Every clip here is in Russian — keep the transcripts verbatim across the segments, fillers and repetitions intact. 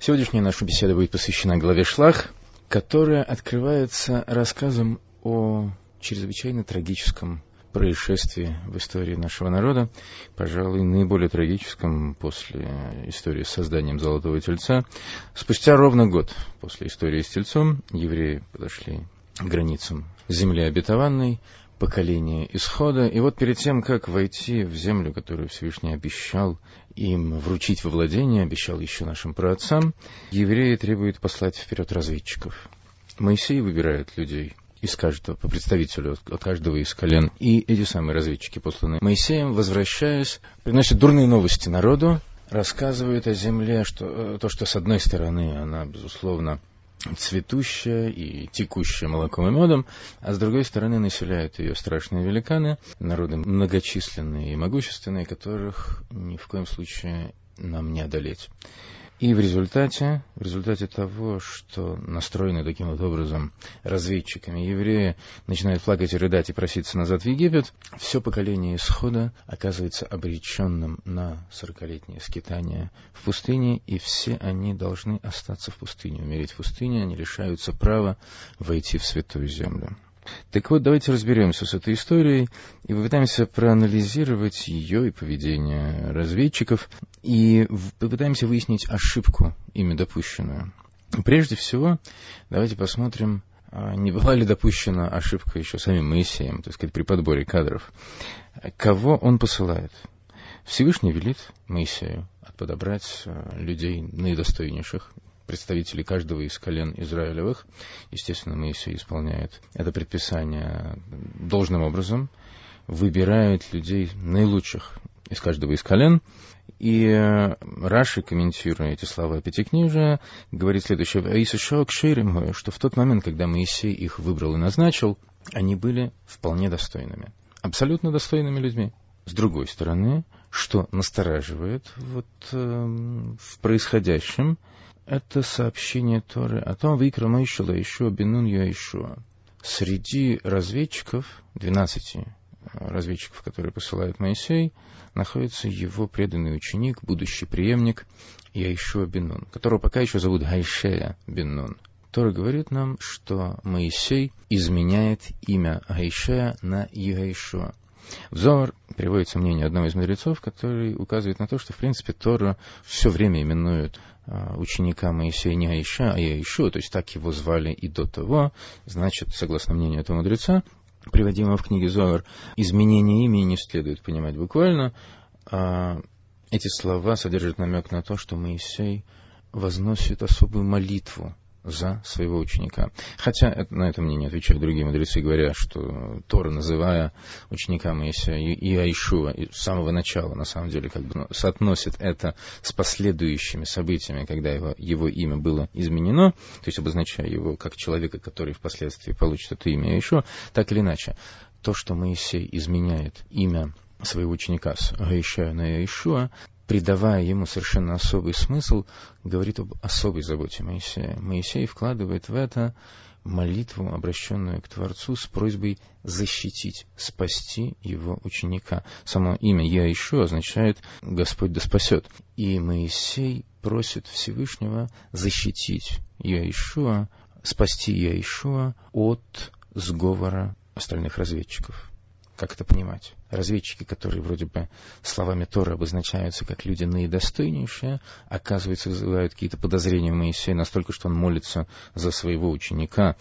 Сегодняшняя наша беседа будет посвящена главе Шлах, которая открывается рассказом о чрезвычайно трагическом происшествии в истории нашего народа, пожалуй, наиболее трагическом после истории с созданием Золотого Тельца. Спустя ровно год после истории с Тельцом евреи подошли к границам земли обетованной, поколение исхода, и вот перед тем, как войти в землю, которую Всевышний обещал им вручить во владение, обещал еще нашим праотцам, евреи требуют послать вперед разведчиков. Моисей выбирает людей из каждого, по представителю от каждого из колен, и эти самые разведчики, посланные Моисеем, возвращаясь, приносят дурные новости народу, рассказывают о земле, что то, что с одной стороны она, безусловно, цветущая и текущая молоком и медом, а с другой стороны населяют ее страшные великаны, народы многочисленные и могущественные, которых ни в коем случае нам не одолеть. И в результате, в результате того, что настроены таким вот образом разведчиками евреи начинают плакать и рыдать и проситься назад в Египет, все поколение исхода оказывается обреченным на сорокалетнее скитание в пустыне, и все они должны остаться в пустыне, умереть в пустыне, они лишаются права войти в святую землю. Так вот, давайте разберемся с этой историей и попытаемся проанализировать ее и поведение разведчиков, и попытаемся выяснить ошибку, ими допущенную. Прежде всего, давайте посмотрим, не была ли допущена ошибка еще самим Моисеем, так сказать, при подборе кадров. Кого он посылает? Всевышний велит Моисею подобрать людей наидостойнейших, представителей каждого из колен Израилевых. Естественно, Моисей исполняет это предписание должным образом, выбирает людей наилучших из каждого из колен. И Раши, комментируя эти слова Пятикнижия, говорит следующее: что в тот момент, когда Моисей их выбрал и назначил, они были вполне достойными, абсолютно достойными людьми. С другой стороны, что настораживает вот, э, в происходящем, это сообщение Торы о том, «Вайкра Моше лаYehoshua бен Нун Яшуа». Среди разведчиков, двенадцати разведчиков, которые посылает Моисей, находится его преданный ученик, будущий преемник Яшуа бен Нун, которого пока еще зовут Гайшея бен Нун. Тора говорит нам, что Моисей изменяет имя Гайшея на Яшуа. В Зоар приводится мнение одного из мудрецов, который указывает на то, что, в принципе, Тора все время именует а, ученика Моисея не Аиша, а Яишуа, то есть так его звали и до того. Значит, согласно мнению этого мудреца, приводимого в книге Зоар, изменение имени не следует понимать буквально. А эти слова содержат намек на то, что Моисей возносит особую молитву за своего ученика. Хотя это, на это мнение отвечают другие мудрецы, говоря, что Тора, называя ученика Моисея и Яшуа с самого начала, на самом деле, как бы ну, соотносит это с последующими событиями, когда его, его имя было изменено, то есть обозначая его как человека, который впоследствии получит это имя Яшуа, так или иначе. То, что Моисей изменяет имя своего ученика с Гайшея на Яшуа, придавая ему совершенно особый смысл, говорит об особой заботе Моисея. Моисей вкладывает в это молитву, обращенную к Творцу, с просьбой защитить, спасти его ученика. Само имя Яишуа означает «Господь да спасет». И Моисей просит Всевышнего защитить Яишуа, спасти Яишуа от сговора остальных разведчиков. Как это понимать? Разведчики, которые вроде бы словами Торы обозначаются как люди наидостойнейшие, оказывается, вызывают какие-то подозрения в Моисея настолько, что он молится за своего ученика,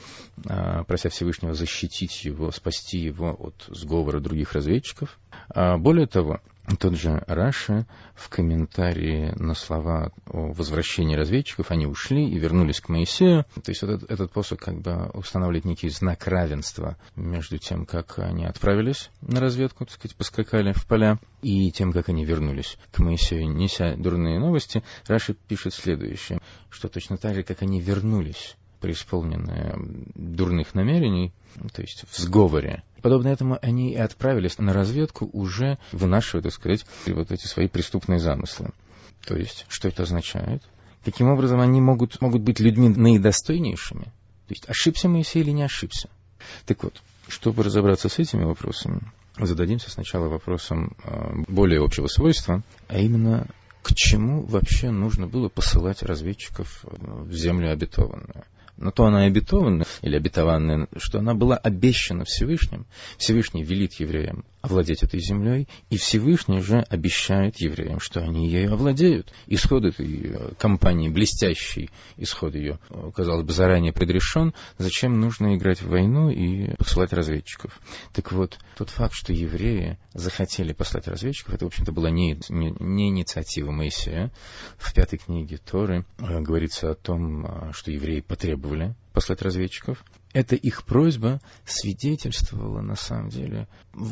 прося Всевышнего защитить его, спасти его от сговора других разведчиков. Более того, тот же Раши в комментарии на слова о возвращении разведчиков, они ушли и вернулись к Моисею. То есть вот этот, этот посох как бы устанавливает некий знак равенства между тем, как они отправились на разведку, так сказать, поскакали в поля, и тем, как они вернулись к Моисею, неся дурные новости. Раши пишет следующее, что точно так же, как они вернулись, преисполненные дурных намерений, то есть в сговоре. Подобно этому они и отправились на разведку, уже вынашивая, так сказать, вот эти свои преступные замыслы. То есть, что это означает? Каким образом они могут, могут быть людьми наидостойнейшими? То есть, ошибся Моисей или не ошибся? Так вот, чтобы разобраться с этими вопросами, зададимся сначала вопросом более общего свойства, а именно, к чему вообще нужно было посылать разведчиков в землю обетованную. Но то она обетованная, или обетованная, что она была обещана Всевышним. Всевышний велит евреям овладеть этой землей, и Всевышний же обещает евреям, что они ею овладеют. Исход этой кампании, блестящий исход ее, казалось бы, заранее предрешен. Зачем нужно играть в войну и посылать разведчиков? Так вот, тот факт, что евреи захотели послать разведчиков, это, в общем-то, была не, не, не инициатива Моисея. В пятой книге Торы говорится о том, что евреи потребовали послать разведчиков. Эта их просьба свидетельствовала, на самом деле,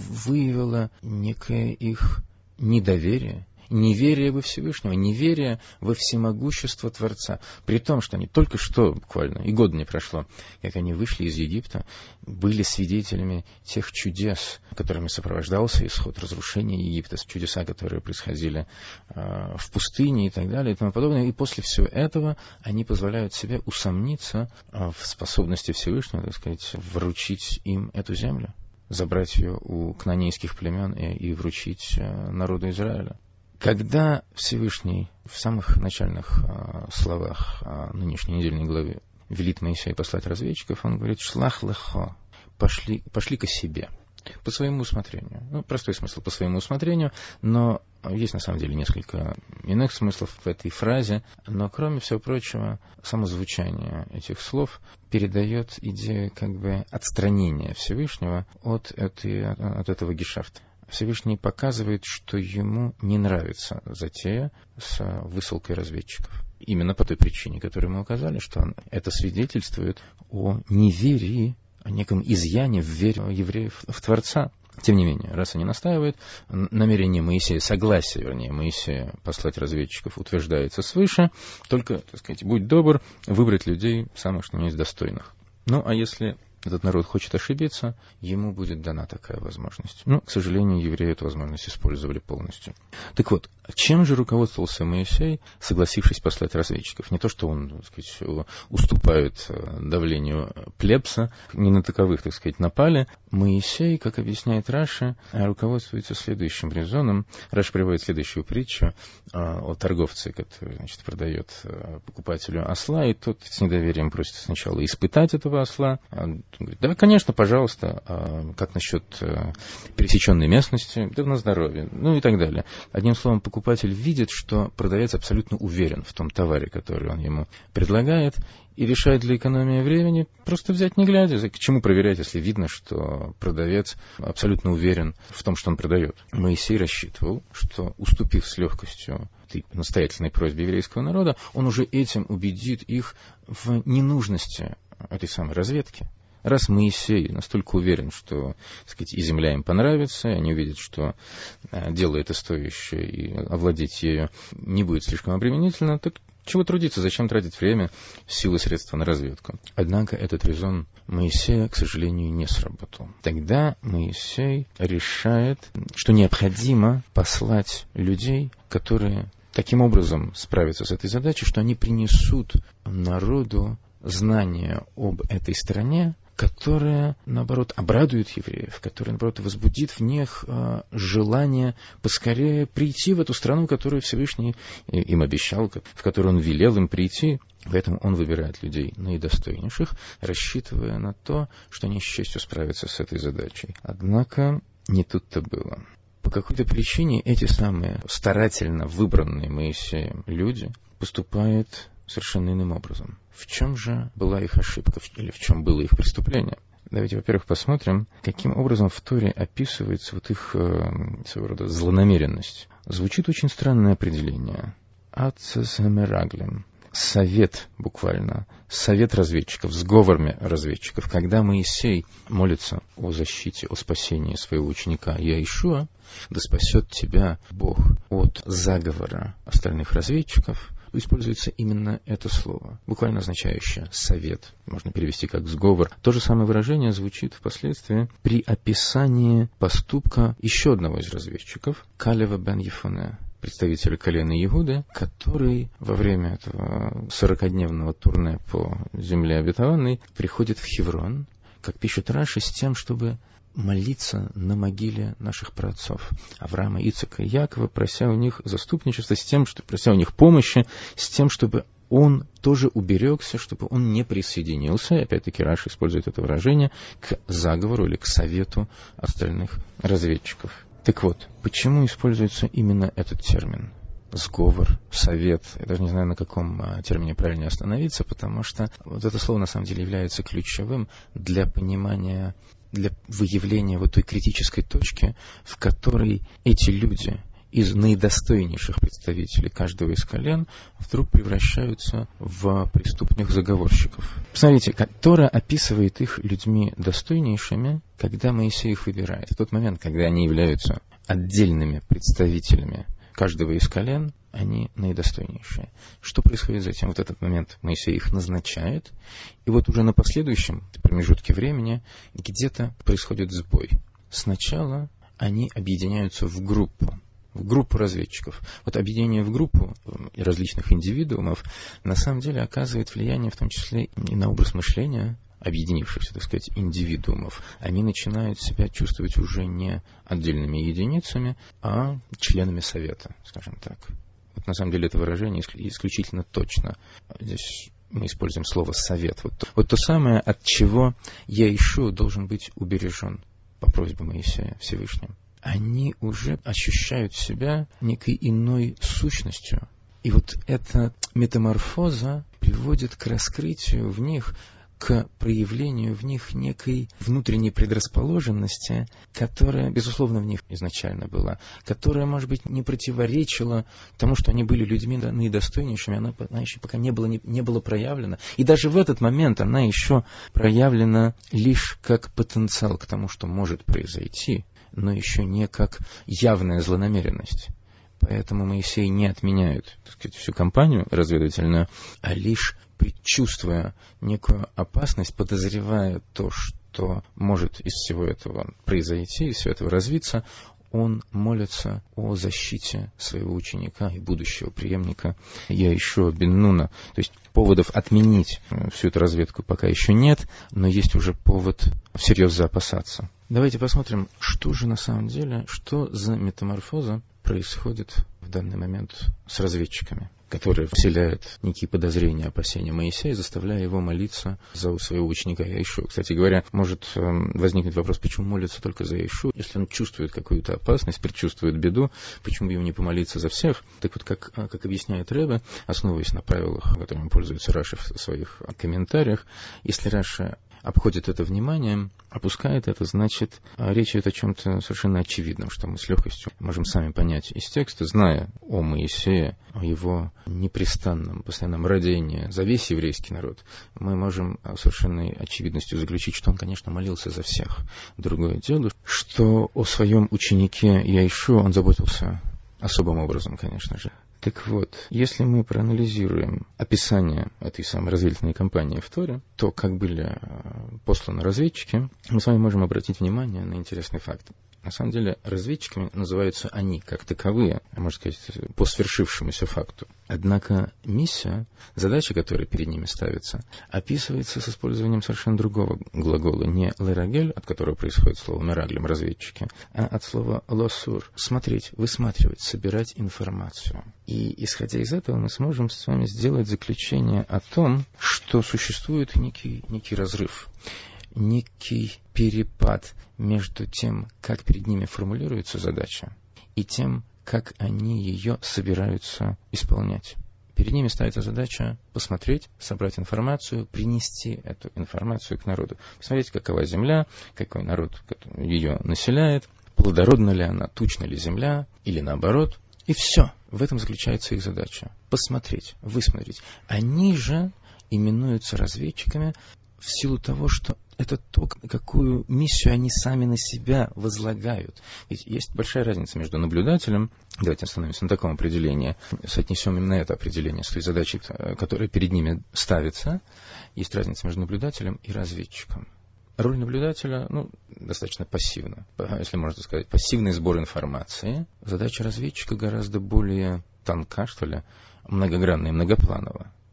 выявила некое их недоверие, неверие во Всевышнего, неверие во всемогущество Творца. При том, что они только что, буквально, и года не прошло, как они вышли из Египта, были свидетелями тех чудес, которыми сопровождался исход разрушения Египта, чудеса, которые происходили э, в пустыне и так далее и тому подобное. И после всего этого они позволяют себе усомниться э, в способности Всевышнего, так сказать, вручить им эту землю, забрать ее у кнаанейских племен и, и вручить э, народу Израиля. Когда Всевышний в самых начальных э, словах э, нынешней недельной главы велит Моисею послать разведчиков, он говорит: «Шлах лехо», пошли, пошли ко себе, по своему усмотрению. Ну, простой смысл: по своему усмотрению, но есть на самом деле несколько иных смыслов в этой фразе, но, кроме всего прочего, само звучание этих слов передает идею как бы отстранения Всевышнего от, этой, от этого гешафта. Всевышний показывает, что ему не нравится затея с высылкой разведчиков. Именно по той причине, которую мы указали, что это свидетельствует о неверии, о неком изъяне в вере евреев в Творца. Тем не менее, раз они настаивают, намерение Моисея, согласие, вернее, Моисея послать разведчиков утверждается свыше, только, так сказать, будь добр, выбрать людей самых, что ни есть, достойных. Ну, а если этот народ хочет ошибиться, ему будет дана такая возможность. Но, к сожалению, евреи эту возможность использовали полностью. Так вот, чем же руководствовался Моисей, согласившись послать разведчиков? Не то, что он, так сказать, уступает давлению плебса, не на таковых, так сказать, напали. Моисей, как объясняет Раши, руководствуется следующим резоном. Раши приводит следующую притчу о торговце, который, значит, продает покупателю осла, и тот с недоверием просит сначала испытать этого осла. Он говорит: да, конечно, пожалуйста, а как насчет пересеченной местности, да на здоровье, ну и так далее. Одним словом, покупатель видит, что продавец абсолютно уверен в том товаре, который он ему предлагает, и решает для экономии времени просто взять не глядя. К чему проверять, если видно, что продавец абсолютно уверен в том, что он продает? Моисей рассчитывал, что, уступив с легкостью этой настоятельной просьбе еврейского народа, он уже этим убедит их в ненужности этой самой разведки. Раз Моисей настолько уверен, что, так сказать, и земля им понравится, и они увидят, что дело это стоящее, и овладеть ею не будет слишком обременительно, так чего трудиться, зачем тратить время, силы и средства на разведку? Однако этот резон Моисея, к сожалению, не сработал. Тогда Моисей решает, что необходимо послать людей, которые таким образом справятся с этой задачей, что они принесут народу знание об этой стране, которая, наоборот, обрадует евреев, которая, наоборот, возбудит в них э, желание поскорее прийти в эту страну, которую Всевышний им обещал, в которую он велел им прийти. Поэтому он выбирает людей наидостойнейших, рассчитывая на то, что они с честью справятся с этой задачей. Однако не тут-то было. По какой-то причине эти самые старательно выбранные Моисеем люди поступают совершенно иным образом. В чем же была их ошибка, или в чем было их преступление? Давайте, во-первых, посмотрим, каким образом в Торе описывается вот их э, своего рода злонамеренность. Звучит очень странное определение. Ацес мераглем. Совет, буквально, совет разведчиков, сговор разведчиков. Когда Моисей молится о защите, о спасении своего ученика Яишуа, да спасет тебя Бог от заговора остальных разведчиков, используется именно это слово, буквально означающее «совет», можно перевести как «сговор». То же самое выражение звучит впоследствии при описании поступка еще одного из разведчиков, Калева бен Ефоне, представителя колена Иуды, который во время этого сорокадневного турне по земле обетованной приходит в Хеврон, как пишет Раши, с тем, чтобы молиться на могиле наших праотцов Авраама, Ицхака и Якова, прося у них заступничества, с тем, что, прося у них помощи, с тем, чтобы он тоже уберегся, чтобы он не присоединился, и опять-таки Раши использует это выражение, к заговору или к совету остальных разведчиков. Так вот, почему используется именно этот термин? Сговор, совет. Я даже не знаю, на каком термине правильнее остановиться, потому что вот это слово на самом деле является ключевым для понимания, для выявления вот той критической точки, в которой эти люди из наидостойнейших представителей каждого из колен вдруг превращаются в преступных заговорщиков. Посмотрите, Тора описывает их людьми достойнейшими, когда Моисей их выбирает. В тот момент, когда они являются отдельными представителями каждого из колен, они наидостойнейшие. Что происходит затем? Вот этот момент Моисей их назначает, и вот уже на последующем промежутке времени где-то происходит сбой. Сначала они объединяются в группу, в группу разведчиков. Вот объединение в группу различных индивидуумов на самом деле оказывает влияние в том числе и на образ мышления объединившихся, так сказать, индивидуумов. Они начинают себя чувствовать уже не отдельными единицами, а членами совета, скажем так. Вот на самом деле это выражение исключительно точно. Здесь мы используем слово «совет». Вот то, вот то самое, от чего Яишуа должен быть убережен по просьбе Моисея Всевышним. Они уже ощущают себя некой иной сущностью. И вот эта метаморфоза приводит к раскрытию в них, к проявлению в них некой внутренней предрасположенности, которая, безусловно, в них изначально была, которая, может быть, не противоречила тому, что они были людьми наидостойнейшими, она, она еще пока не, было, не, не была проявлена. И даже в этот момент она еще проявлена лишь как потенциал к тому, что может произойти, но еще не как явная злонамеренность. Поэтому Моисей не отменяет, так сказать, всю кампанию разведывательную, а лишь предчувствуя некую опасность, подозревая то, что может из всего этого произойти, из всего этого развиться, он молится о защите своего ученика и будущего преемника Яишуа бен Нуна. То есть поводов отменить всю эту разведку пока еще нет, но есть уже повод всерьез заопасаться. Давайте посмотрим, что же на самом деле, что за метаморфоза происходит в данный момент с разведчиками, которые вселяют некие подозрения, опасения Моисея, заставляя его молиться за своего ученика Яишуа. Кстати говоря, может возникнуть вопрос, почему молится только за Яишуа, если он чувствует какую-то опасность, предчувствует беду, почему бы ему не помолиться за всех? Так вот, как, как объясняет Ребе, основываясь на правилах, которыми пользуется Раши в своих комментариях, если Раши обходит это вниманием, опускает это, значит, речь идет о чем-то совершенно очевидном, что мы с легкостью можем сами понять из текста, зная о Моисее, о его непрестанном, постоянном родении за весь еврейский народ, мы можем с совершенной очевидностью заключить, что он, конечно, молился за всех. Другое дело, что о своем ученике Яишуа он заботился особым образом, конечно же. Так вот, если мы проанализируем описание этой самой разведывательной кампании в Торе, то как были посланы разведчики, мы с вами можем обратить внимание на интересный факт. На самом деле, разведчиками называются они, как таковые, можно сказать, по свершившемуся факту. Однако миссия, задача, которая перед ними ставится, описывается с использованием совершенно другого глагола. Не «лерагель», от которого происходит слово «мераглем», разведчики, а от слова «лосур», смотреть, высматривать, собирать информацию. И, исходя из этого, мы сможем с вами сделать заключение о том, что существует некий, некий разрыв, некий перепад между тем, как перед ними формулируется задача, и тем, как они ее собираются исполнять. Перед ними ставится задача посмотреть, собрать информацию, принести эту информацию к народу. Посмотреть, какова земля, какой народ ее населяет, плодородна ли она, тучна ли земля, или наоборот. И все. В этом заключается их задача. Посмотреть, высмотреть. Они же именуются разведчиками в силу того, что это то, какую миссию они сами на себя возлагают. Ведь есть большая разница между наблюдателем, давайте остановимся на таком определении, соотнесем именно это определение с той задачей, которая перед ними ставится. Есть разница между наблюдателем и разведчиком. Роль наблюдателя, ну, достаточно пассивна, если можно сказать, пассивный сбор информации. Задача разведчика гораздо более тонка, что ли, многогранная и многоплановая.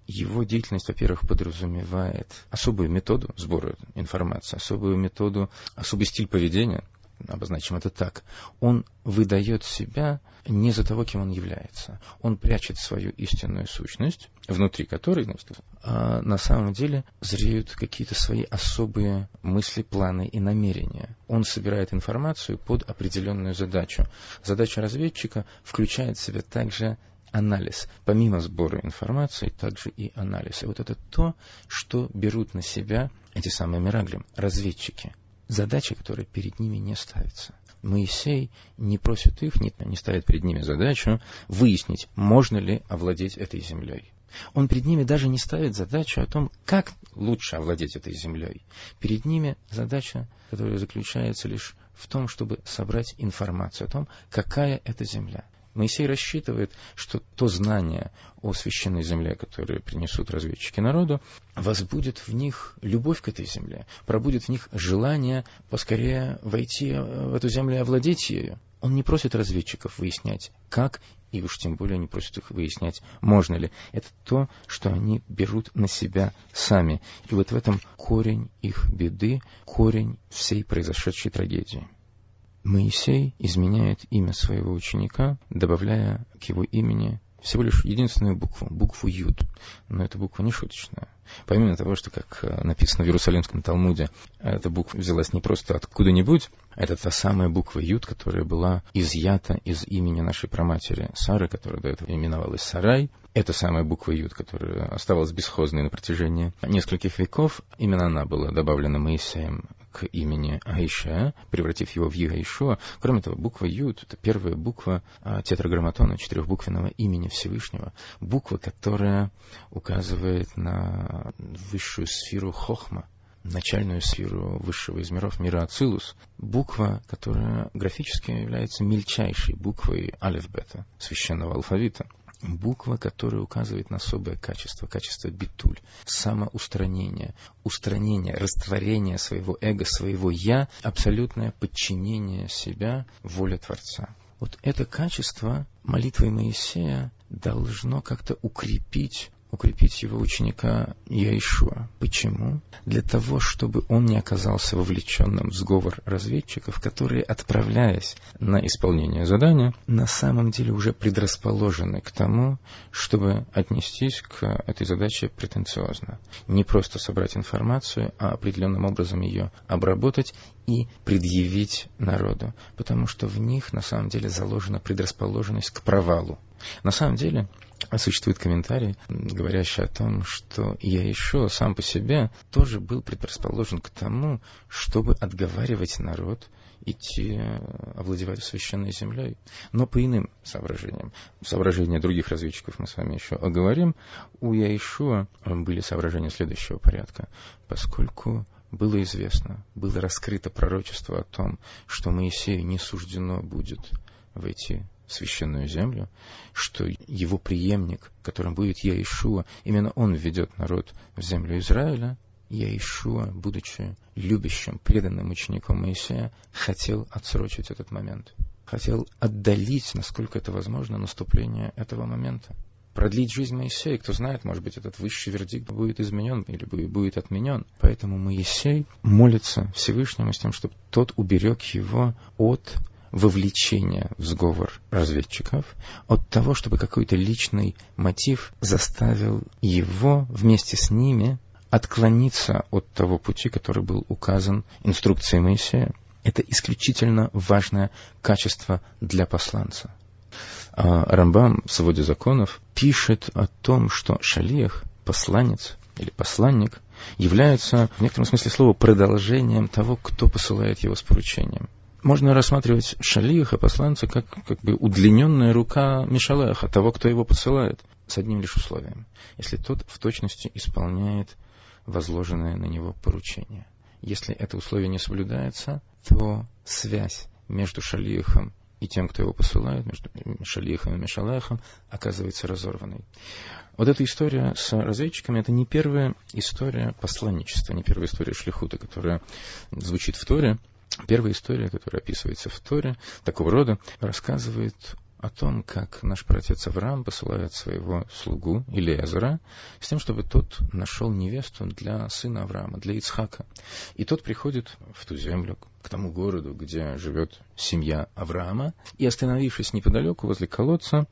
Его деятельность, во-первых, подразумевает особую методу сбора информации, особую методу, особый стиль поведения, обозначим это так. Он выдает себя не за того, кем он является. Он прячет свою истинную сущность, внутри которой, значит, а на самом деле зреют какие-то свои особые мысли, планы и намерения. Он собирает информацию под определенную задачу. Задача разведчика включает в себя также анализ. Помимо сбора информации, также и анализ. И вот это то, что берут на себя эти самые мираглим, разведчики. Задача, которая перед ними не ставится. Моисей не просит их, не, не ставит перед ними задачу выяснить, можно ли овладеть этой землей. Он перед ними даже не ставит задачу о том, как лучше овладеть этой землей. Перед ними задача, которая заключается лишь в том, чтобы собрать информацию о том, какая это земля. Моисей рассчитывает, что то знание о священной земле, которое принесут разведчики народу, возбудит в них любовь к этой земле, пробудит в них желание поскорее войти в эту землю и овладеть ею. Он не просит разведчиков выяснять, как, и уж тем более не просит их выяснять, можно ли. Это то, что они берут на себя сами. И вот в этом корень их беды, корень всей произошедшей трагедии. Моисей изменяет имя своего ученика, добавляя к его имени всего лишь единственную букву, букву Юд. Но эта буква не шуточная. Помимо того, что, как написано в Иерусалимском Талмуде, эта буква взялась не просто откуда-нибудь, это та самая буква Юд, которая была изъята из имени нашей праматери Сары, которая до этого именовалась Сарай. Эта самая буква Юд, которая оставалась бесхозной на протяжении нескольких веков, именно она была добавлена Моисеем к имени Аиша, превратив его в Егаишуа. Кроме того, буква Юд — это первая буква тетраграмматона, четырехбуквенного имени Всевышнего. Буква, которая указывает на высшую сферу Хохма, начальную сферу высшего из миров, мира Ацилус. Буква, которая графически является мельчайшей буквой алеф-бета, священного алфавита. Буква, которая указывает на особое качество, качество битуль, самоустранение, устранение, растворение своего эго, своего «я», абсолютное подчинение себя воле Творца. Вот это качество молитвой Моисея должно как-то укрепить укрепить его ученика Яишуа. Почему? Для того, чтобы он не оказался вовлеченным в сговор разведчиков, которые, отправляясь на исполнение задания, на самом деле уже предрасположены к тому, чтобы отнестись к этой задаче претенциозно. Не просто собрать информацию, а определенным образом ее обработать и предъявить народу. Потому что в них на самом деле заложена предрасположенность к провалу. На самом деле, существует комментарий, говорящий о том, что Яишуа сам по себе тоже был предрасположен к тому, чтобы отговаривать народ идти овладевать священной землей, но по иным соображениям. Соображения других разведчиков мы с вами еще оговорим. У Яишуа были соображения следующего порядка, поскольку было известно, было раскрыто пророчество о том, что Моисею не суждено будет войти в священную землю, что его преемник, которым будет Яишуа, именно он введет народ в землю Израиля. Яишуа, будучи любящим, преданным учеником Моисея, хотел отсрочить этот момент. Хотел отдалить, насколько это возможно, наступление этого момента. Продлить жизнь Моисея, кто знает, может быть, этот высший вердикт будет изменен или будет отменен. Поэтому Моисей молится Всевышнему с тем, чтобы тот уберег его от вовлечения в сговор разведчиков, от того, чтобы какой-то личный мотив заставил его вместе с ними отклониться от того пути, который был указан инструкцией Моисея. Это исключительно важное качество для посланца. А Рамбам в своде законов пишет о том, что шалиах, посланец или посланник, является в некотором смысле слова продолжением того, кто посылает его с поручением. Можно рассматривать шалиаха, посланца, как, как бы удлиненная рука Мишалеха, того, кто его посылает, с одним лишь условием. Если тот в точности исполняет возложенное на него поручение. Если это условие не соблюдается, то связь между шалиахом и тем, кто его посылает, между шалиахом и Мишалехом, оказывается разорванной. Вот эта история с разведчиками — это не первая история посланничества, не первая история шлихута, которая звучит в Торе. Первая история, которая описывается в Торе, такого рода, рассказывает о том, как наш праотец Авраам посылает своего слугу Элиэзера с тем, чтобы тот нашел невесту для сына Авраама, для Ицхака. И тот приходит в ту землю, к тому городу, где живет семья Авраама, и, остановившись неподалеку, возле колодца,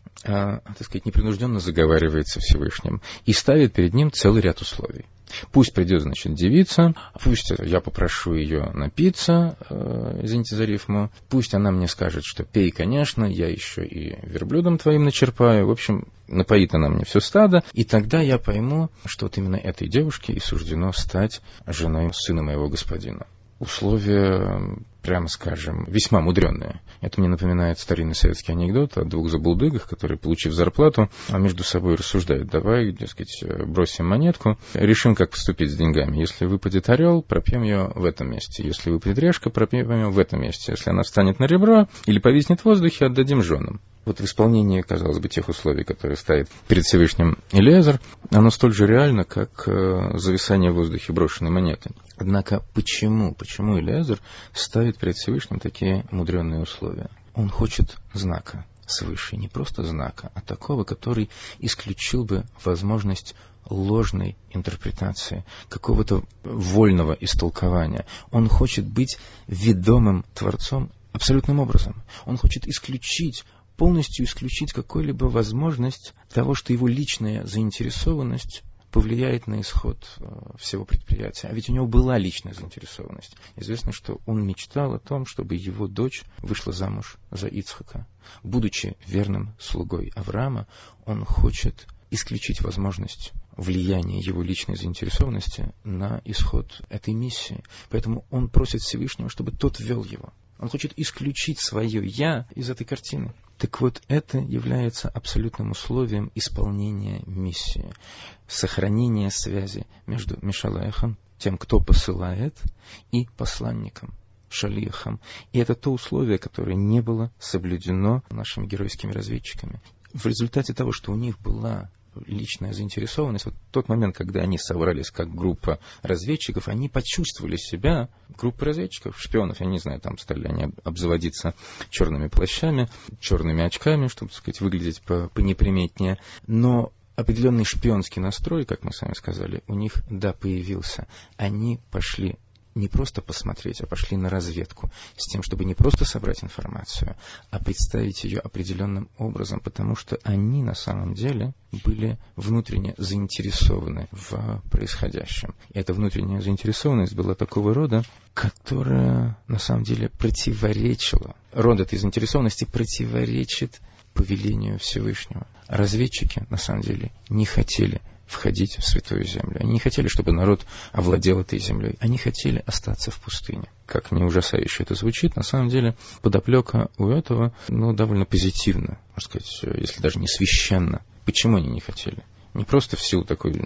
а, так сказать, непринужденно заговаривает со Всевышним и ставит перед ним целый ряд условий. Пусть придет, значит, девица, пусть я попрошу ее напиться, э, извините за рифму, пусть она мне скажет, что пей, конечно, я еще и верблюдом твоим начерпаю, в общем, напоит она мне все стадо, и тогда я пойму, что вот именно этой девушке и суждено стать женой сына моего господина. Условия, прямо скажем, весьма мудреные. Это мне напоминает старинный советский анекдот о двух забулдыгах, которые, получив зарплату, между собой рассуждают: давай, дескать, бросим монетку, решим, как поступить с деньгами. Если выпадет орел, пропьем ее в этом месте. Если выпадет решка, пропьем ее в этом месте. Если она встанет на ребро или повиснет в воздухе, отдадим женам. Вот в исполнении, казалось бы, тех условий, которые ставит перед Всевышним Элиэзер, оно столь же реально, как зависание в воздухе брошенной монеты. Однако почему? Почему Элиэзер ставит перед Всевышним такие мудреные условия? Он хочет знака свыше, не просто знака, а такого, который исключил бы возможность ложной интерпретации, какого-то вольного истолкования. Он хочет быть ведомым Творцом абсолютным образом. Он хочет исключить полностью исключить какую-либо возможность того, что его личная заинтересованность повлияет на исход всего предприятия. А ведь у него была личная заинтересованность. Известно, что он мечтал о том, чтобы его дочь вышла замуж за Ицхака. Будучи верным слугой Авраама, он хочет исключить возможность влияния его личной заинтересованности на исход этой миссии. Поэтому он просит Всевышнего, чтобы тот вел его. Он хочет исключить свое «я» из этой картины. Так вот, это является абсолютным условием исполнения миссии. Сохранение связи между Мишалаехом, тем, кто посылает, и посланником, Шалиахом. И это то условие, которое не было соблюдено нашими геройскими разведчиками. В результате того, что у них была личная заинтересованность, вот тот момент, когда они собрались как группа разведчиков, они почувствовали себя группой разведчиков, шпионов, я не знаю, там стали они обзаводиться черными плащами, черными очками, чтобы, так сказать, выглядеть понеприметнее, но определенный шпионский настрой, как мы с вами сказали, у них, да, появился. Они пошли не просто посмотреть, а пошли на разведку, с тем, чтобы не просто собрать информацию, а представить ее определенным образом, потому что они на самом деле были внутренне заинтересованы в происходящем. И эта внутренняя заинтересованность была такого рода, которая на самом деле противоречила. Род этой заинтересованности противоречит повелению Всевышнего. Разведчики, на самом деле, не хотели входить в Святую Землю. Они не хотели, чтобы народ овладел этой землей. Они хотели остаться в пустыне. Как не ужасающе это звучит, на самом деле подоплека у этого, ну, довольно позитивна, можно сказать, если даже не священно. Почему они не хотели? Не просто в силу такой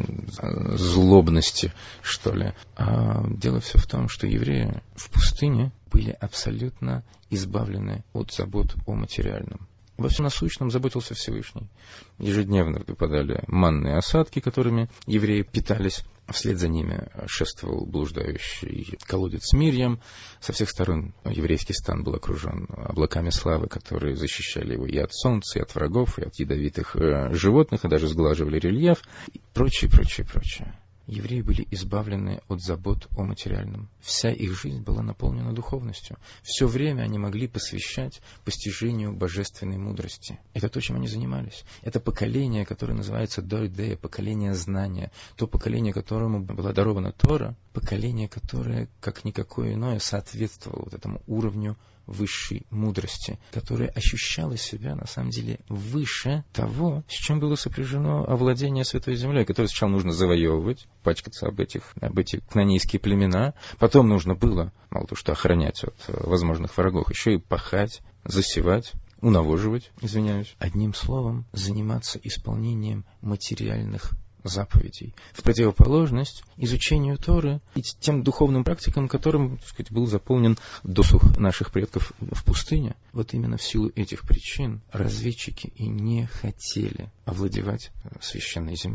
злобности, что ли, а дело все в том, что евреи в пустыне были абсолютно избавлены от забот о материальном. Во всем насущном заботился Всевышний. Ежедневно выпадали манные осадки, которыми евреи питались. Вслед за ними шествовал блуждающий колодец с Мирьям. Со всех сторон еврейский стан был окружен облаками славы, которые защищали его и от солнца, и от врагов, и от ядовитых э, животных, и даже сглаживали рельеф, и прочее, прочее, прочее. Евреи были избавлены от забот о материальном. Вся их жизнь была наполнена духовностью. Все время они могли посвящать постижению божественной мудрости. Это то, чем они занимались. Это поколение, которое называется Дойдея, поколение знания. То поколение, которому была дарована Тора, поколение, которое, как никакое иное, соответствовало вот этому уровню высшей мудрости, которая ощущала себя, на самом деле, выше того, с чем было сопряжено овладение Святой Землей, которое сначала нужно завоевывать, пачкаться об, этих, об эти кнанейские племена, потом нужно было, мало того, что охранять от возможных врагов, еще и пахать, засевать, унавоживать, извиняюсь. Одним словом, заниматься исполнением материальных заповедей, в противоположность изучению Торы и тем духовным практикам, которым, так сказать, был заполнен досуг наших предков в пустыне. Вот именно в силу этих причин разведчики и не хотели овладевать священной землей.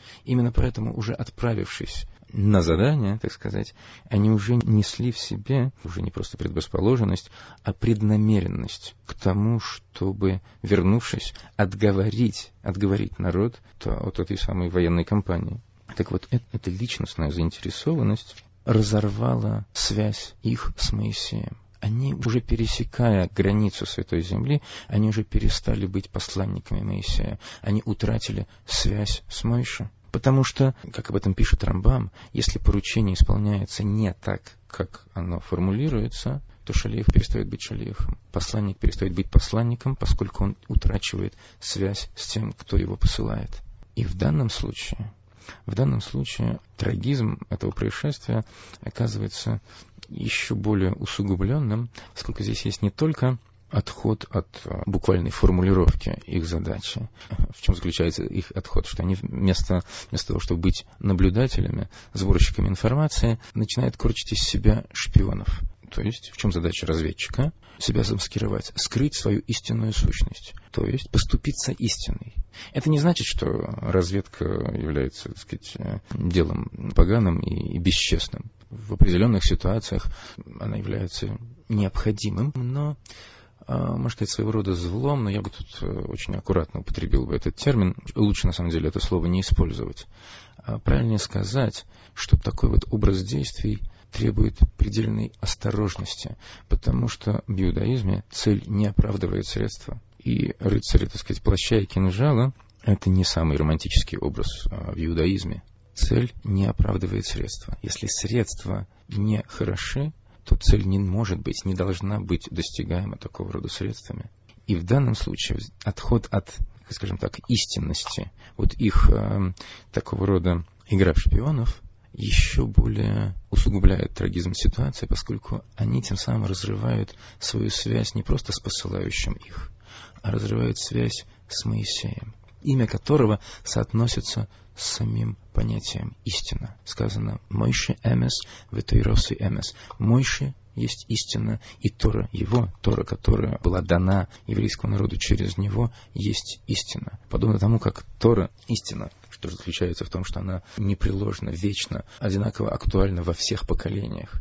Именно поэтому, уже отправившись на задание, так сказать, они уже несли в себе уже не просто предрасположенность, а преднамеренность к тому, чтобы, вернувшись, отговорить, отговорить народ от этой самой военной кампании. Так вот, эта личностная заинтересованность разорвала связь их с Моисеем. Они, уже пересекая границу Святой Земли, они уже перестали быть посланниками Моисея. Они утратили связь с Моше. Потому что, как об этом пишет Рамбам, если поручение исполняется не так, как оно формулируется, то шалиев перестает быть шалиевом. Посланник перестает быть посланником, поскольку он утрачивает связь с тем, кто его посылает. И в данном случае, в данном случае трагизм этого происшествия оказывается еще более усугубленным, поскольку здесь есть не только отход от буквальной формулировки их задачи. В чем заключается их отход? Что они вместо, вместо того, чтобы быть наблюдателями, сборщиками информации, начинают корчить из себя шпионов. То есть, в чем задача разведчика? Себя замаскировать, скрыть свою истинную сущность. То есть, поступиться истиной. Это не значит, что разведка является, так сказать, делом поганым и бесчестным. В определенных ситуациях она является необходимым, но, можно сказать, своего рода злом, но я бы тут очень аккуратно употребил бы этот термин. Лучше, на самом деле, это слово не использовать. Правильнее сказать, что такой вот образ действий требует предельной осторожности, потому что в иудаизме цель не оправдывает средства. И рыцари, так сказать, плаща и кинжала — это не самый романтический образ в иудаизме. Цель не оправдывает средства. Если средства не хороши, то цель не может быть, не должна быть достигаема такого рода средствами. И в данном случае отход от, скажем так, истинности, вот их э, такого рода игра в шпионов, еще более усугубляет трагизм ситуации, поскольку они тем самым разрывают свою связь не просто с посылающим их, а разрывают связь с Моисеем, имя которого соотносится с самим понятием истина. Сказано «Мойше эмес, ветойросы эмес». Мойше есть истина, и Тора его, Тора, которая была дана еврейскому народу через него, есть истина. Подобно тому, как Тора истина, что заключается в том, что она непреложна, вечна, одинаково актуальна во всех поколениях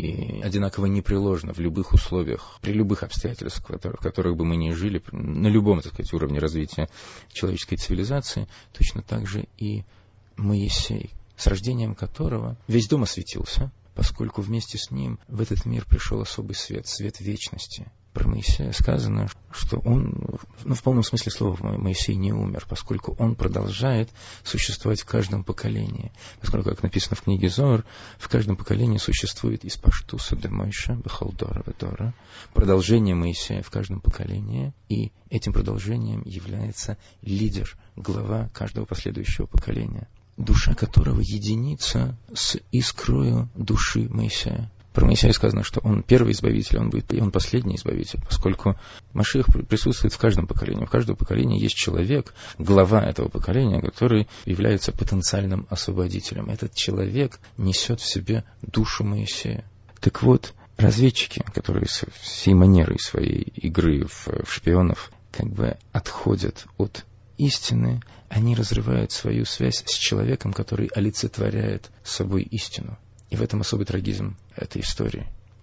и одинаково непреложна в любых условиях, при любых обстоятельствах, в которых, в которых бы мы ни жили, на любом, так сказать, уровне развития человеческой цивилизации, точно так же и Моисей, с рождением которого весь дом осветился, поскольку вместе с ним в этот мир пришел особый свет, свет вечности. Про Моисея сказано, что он, ну, в полном смысле слова, Моисей не умер, поскольку он продолжает существовать в каждом поколении. Поскольку, как написано в книге Зоар, в каждом поколении существует из Паштуса де Мойше, Бехалдора Ведора, продолжение Моисея в каждом поколении, и этим продолжением является лидер, глава каждого последующего поколения, душа которого единится с искрою души Моисея. Про Моисея сказано, что он первый избавитель, он будет, и он последний избавитель, поскольку Машиах присутствует в каждом поколении. В каждом поколении есть человек, глава этого поколения, который является потенциальным освободителем. Этот человек несет в себе душу Моисея. Так вот, разведчики, которые с всей манерой своей игры в, в шпионов как бы отходят от истины, они разрывают свою связь с человеком, который олицетворяет собой истину. И в этом особый трагизм этой истории.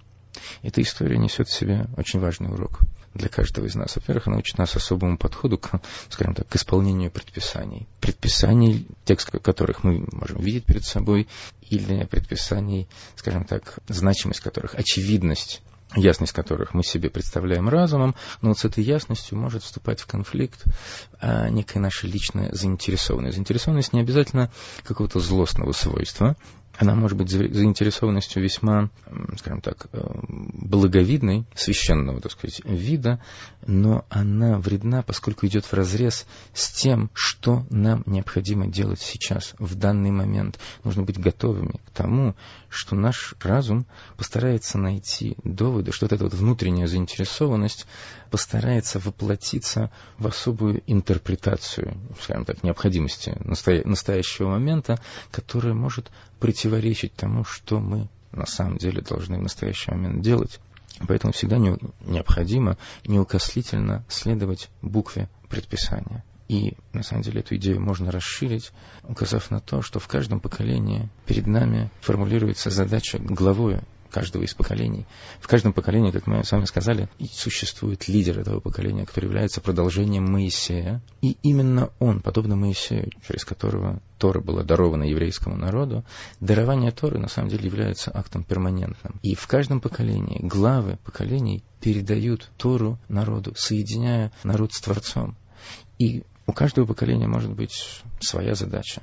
Эта история несет в себе очень важный урок для каждого из нас. Во-первых, она учит нас особому подходу к, скажем так, к исполнению предписаний. Предписаний, текст которых мы можем видеть перед собой, или предписаний, скажем так, значимость которых, очевидность, ясность которых мы себе представляем разумом, но вот с этой ясностью может вступать в конфликт а, некая наша личная заинтересованность. Заинтересованность не обязательно какого-то злостного свойства. Она может быть заинтересованностью весьма, скажем так, благовидной, священного, так сказать, вида, но она вредна, поскольку идет вразрез с тем, что нам необходимо делать сейчас, в данный момент. Нужно быть готовыми к тому, что наш разум постарается найти доводы, что вот эта вот внутренняя заинтересованность постарается воплотиться в особую интерпретацию, скажем так, необходимости настоящего момента, которая может противоречить тому, что мы на самом деле должны в настоящий момент делать. Поэтому всегда необходимо неукослительно следовать букве предписания. И, на самом деле, эту идею можно расширить, указав на то, что в каждом поколении перед нами формулируется задача главою каждого из поколений. В каждом поколении, как мы с вами сказали, существует лидер этого поколения, который является продолжением Моисея. И именно он, подобно Моисею, через которого Тора была дарована еврейскому народу, дарование Торы на самом деле является актом перманентным. И в каждом поколении главы поколений передают Тору народу, соединяя народ с Творцом. И у каждого поколения может быть своя задача.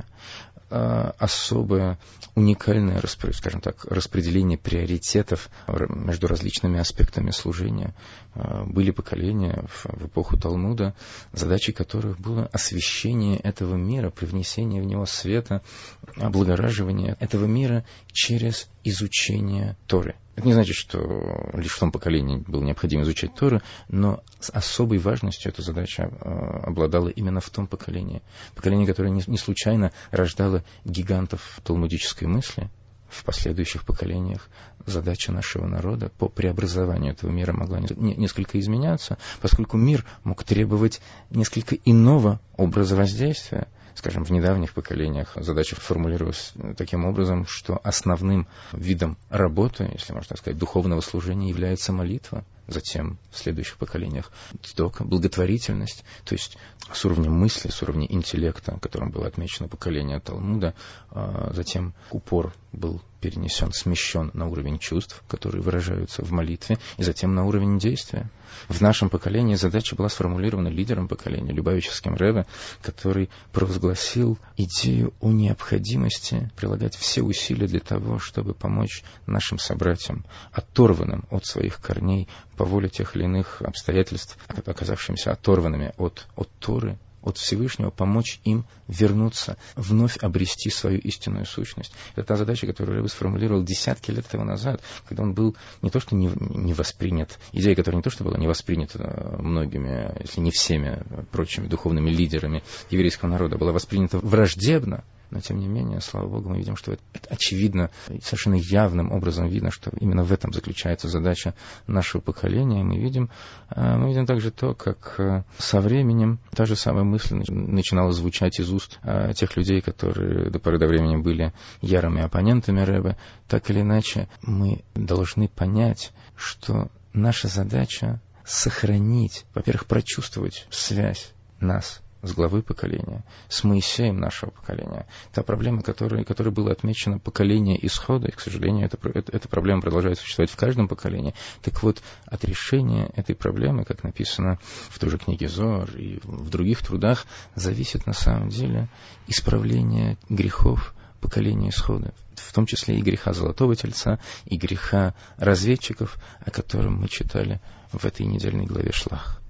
Особое, уникальное, скажем так, распределение приоритетов между различными аспектами служения. Были поколения в эпоху Талмуда, задачей которых было освещение этого мира, привнесение в него света, облагораживание этого мира через изучение Торы. Это не значит, что лишь в том поколении было необходимо изучать Тору, но с особой важностью эта задача обладала именно в том поколении. Поколение, которое не случайно рождало гигантов талмудической мысли. В последующих поколениях задача нашего народа по преобразованию этого мира могла несколько изменяться, поскольку мир мог требовать несколько иного образа воздействия. Скажем, в недавних поколениях задача формулировалась таким образом, что основным видом работы, если можно так сказать, духовного служения является молитва. Затем в следующих поколениях цдока, благотворительность, то есть с уровня мысли, с уровня интеллекта, которым было отмечено поколение Талмуда, затем упор был перенесен, смещен на уровень чувств, которые выражаются в молитве, и затем на уровень действия. В нашем поколении задача была сформулирована лидером поколения, Любавическим Ребе, который провозгласил идею о необходимости прилагать все усилия для того, чтобы помочь нашим собратьям, оторванным от своих корней по воле тех или иных обстоятельств, оказавшимся оторванными от, от Торы, от Всевышнего, помочь им вернуться, вновь обрести свою истинную сущность. Это та задача, которую Ребе сформулировал десятки лет тому назад, когда он был не то что не, не воспринят, идея, которая не то что была не воспринята многими, если не всеми прочими духовными лидерами еврейского народа, была воспринята враждебно. Но, тем не менее, слава Богу, мы видим, что это очевидно, совершенно явным образом видно, что именно в этом заключается задача нашего поколения. Мы видим, мы видим также то, как со временем та же самая мысль начинала звучать из уст тех людей, которые до поры до времени были ярыми оппонентами Ребе. Так или иначе, мы должны понять, что наша задача сохранить, во-первых, прочувствовать связь нас с главой поколения, с Моисеем нашего поколения. Та проблема, которой, которой было отмечено поколение исхода, и, к сожалению, эта, эта проблема продолжает существовать в каждом поколении. Так вот, от решения этой проблемы, как написано в той же книге Зоар и в других трудах, зависит на самом деле исправление грехов поколения исхода, в том числе и греха Золотого Тельца, и греха разведчиков, о котором мы читали в этой недельной главе Шлах.